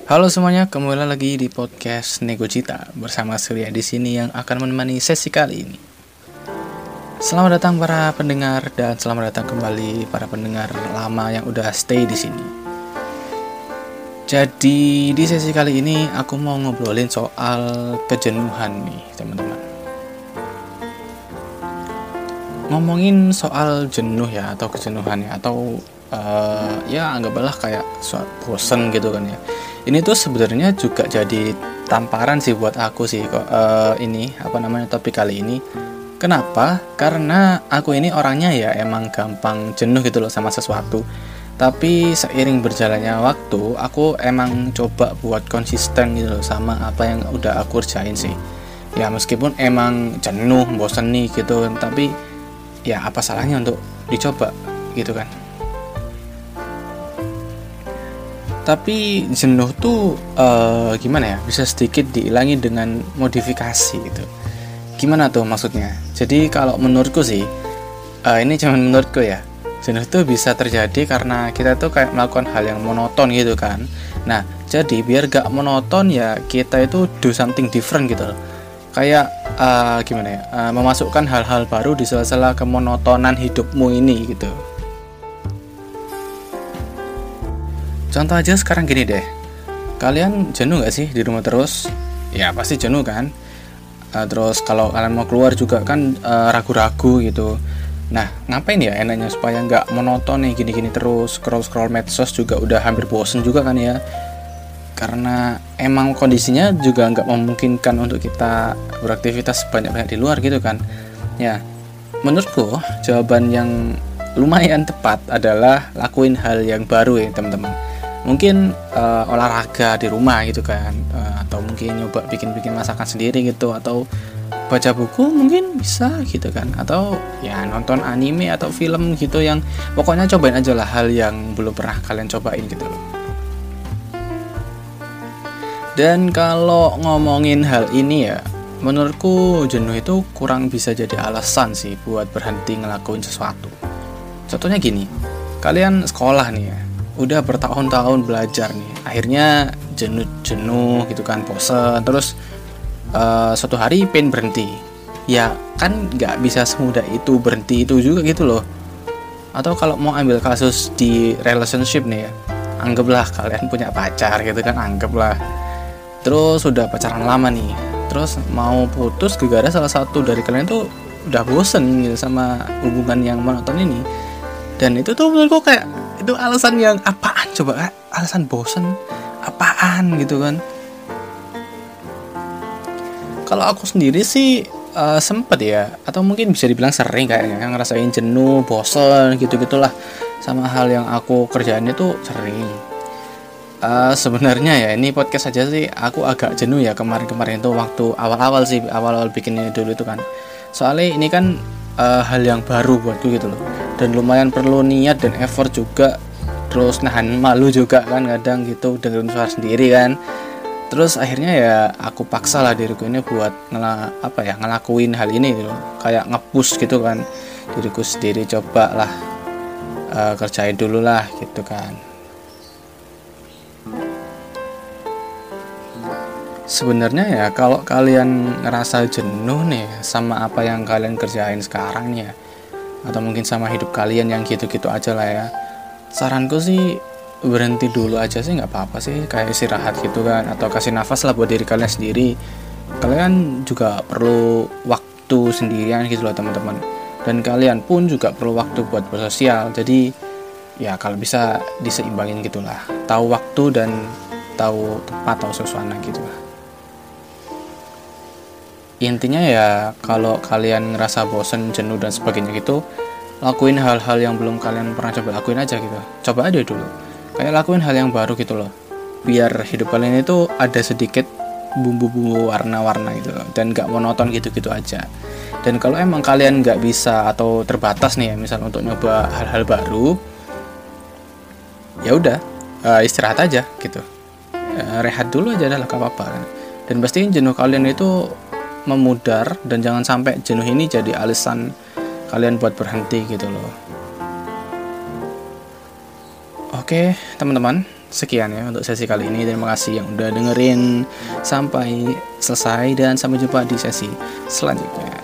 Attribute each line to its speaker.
Speaker 1: Halo semuanya, kembali lagi di podcast Nego Cita bersama Surya di sini yang akan menemani sesi kali ini. Selamat datang para pendengar dan selamat datang kembali para pendengar lama yang udah stay di sini. Jadi di sesi kali ini aku mau ngobrolin soal kejenuhan nih teman-teman. Ngomongin soal jenuh ya atau kejenuhan ya atau ya anggaplah kayak bosen gitu kan ya. Ini tuh sebenarnya juga jadi tamparan sih buat aku sih kok topik kali ini. Kenapa? Karena aku ini orangnya ya emang gampang jenuh gitu loh sama sesuatu. Tapi seiring berjalannya waktu, aku emang coba buat konsisten gitu loh sama apa yang udah aku kerjain sih. Ya meskipun emang jenuh, bosen nih gitu, tapi ya apa salahnya untuk dicoba gitu kan. Tapi jenuh tuh gimana ya, bisa sedikit diilangi dengan modifikasi gitu. Gimana tuh maksudnya? Jadi kalau menurutku sih, ini cuma menurutku ya, jenuh tuh bisa terjadi karena kita tuh kayak melakukan hal yang monoton gitu kan. Nah jadi biar gak monoton ya kita itu do something different gitu loh. Kayak memasukkan hal-hal baru di sela-sela kemonotonan hidupmu ini gitu. Contoh aja sekarang gini deh, kalian jenuh gak sih di rumah terus? Ya pasti jenuh kan. Terus kalau kalian mau keluar juga kan ragu-ragu gitu. Nah ngapain ya enaknya supaya gak monoton nih gini-gini terus. Scroll medsos juga udah hampir bosen juga kan ya. Karena emang kondisinya juga gak memungkinkan untuk kita beraktivitas banyak-banyak di luar gitu kan. Ya menurutku jawaban yang lumayan tepat adalah lakuin hal yang baru ya teman-teman. Mungkin olahraga di rumah gitu kan, atau mungkin nyoba bikin masakan sendiri gitu, atau baca buku mungkin bisa gitu kan, atau ya nonton anime atau film gitu, yang pokoknya cobain aja lah hal yang belum pernah kalian cobain gitu. Dan kalau ngomongin hal ini ya, menurutku jenuh itu kurang bisa jadi alasan sih buat berhenti ngelakuin sesuatu. Contohnya gini, kalian sekolah nih ya, udah bertahun-tahun belajar nih, akhirnya jenuh gitu kan, bosen, terus suatu hari pengen berhenti, ya kan nggak bisa semudah itu berhenti itu juga gitu loh. Atau kalau mau ambil kasus di relationship nih ya, anggaplah kalian punya pacar gitu kan, anggaplah, terus udah pacaran lama nih, terus mau putus gara-gara salah satu dari kalian tuh udah bosen gitu sama hubungan yang monoton ini. Dan itu tuh menurutku kayak itu alasan yang apaan coba, alasan bosen apaan gitu kan. Kalau aku sendiri sih sempet ya, atau mungkin bisa dibilang sering kayaknya ngerasain jenuh, bosen gitu-gitulah sama hal yang aku kerjain itu sering. Sebenarnya ya ini podcast aja sih aku agak jenuh ya kemarin-kemarin itu waktu awal-awal bikinnya dulu itu kan. Soalnya ini kan hal yang baru buatku gitu loh, dan lumayan perlu niat dan effort juga, terus nahan malu juga kan kadang gitu dengerin suara sendiri kan. Terus akhirnya ya aku paksa lah diriku ini buat ngelakuin hal ini gitu, kayak nge-push gitu kan diriku sendiri, coba lah kerjain dulu lah gitu kan. Sebenarnya ya kalau kalian ngerasa jenuh nih sama apa yang kalian kerjain sekarang nih ya, atau mungkin sama hidup kalian yang gitu-gitu aja lah ya, saranku sih berhenti dulu aja sih, nggak apa-apa sih, kayak istirahat gitu kan, atau kasih nafas lah buat diri kalian sendiri. Kalian juga perlu waktu sendirian gitu loh teman-teman, dan kalian pun juga perlu waktu buat bersosial. Jadi ya kalau bisa diseimbangin gitulah, tahu waktu dan tahu tempat, tahu suasana gitu lah. Intinya ya kalau kalian ngerasa bosen, jenuh dan sebagainya gitu, lakuin hal-hal yang belum kalian pernah coba lakuin aja gitu. Coba aja dulu, kayak lakuin hal yang baru gitu loh, biar hidup kalian itu ada sedikit bumbu-bumbu warna-warna gitu loh, dan gak monoton gitu-gitu aja. Dan kalau emang kalian gak bisa atau terbatas nih ya, misal untuk nyoba hal-hal baru, ya udah istirahat aja gitu, rehat dulu aja dah, gak apa-apa kan. Dan pastiin jenuh kalian itu memudar, dan jangan sampai jenuh ini jadi alasan kalian buat berhenti gitu loh. Oke teman-teman, Sekian ya untuk sesi kali ini. Terima kasih yang udah dengerin sampai selesai dan sampai jumpa di sesi selanjutnya.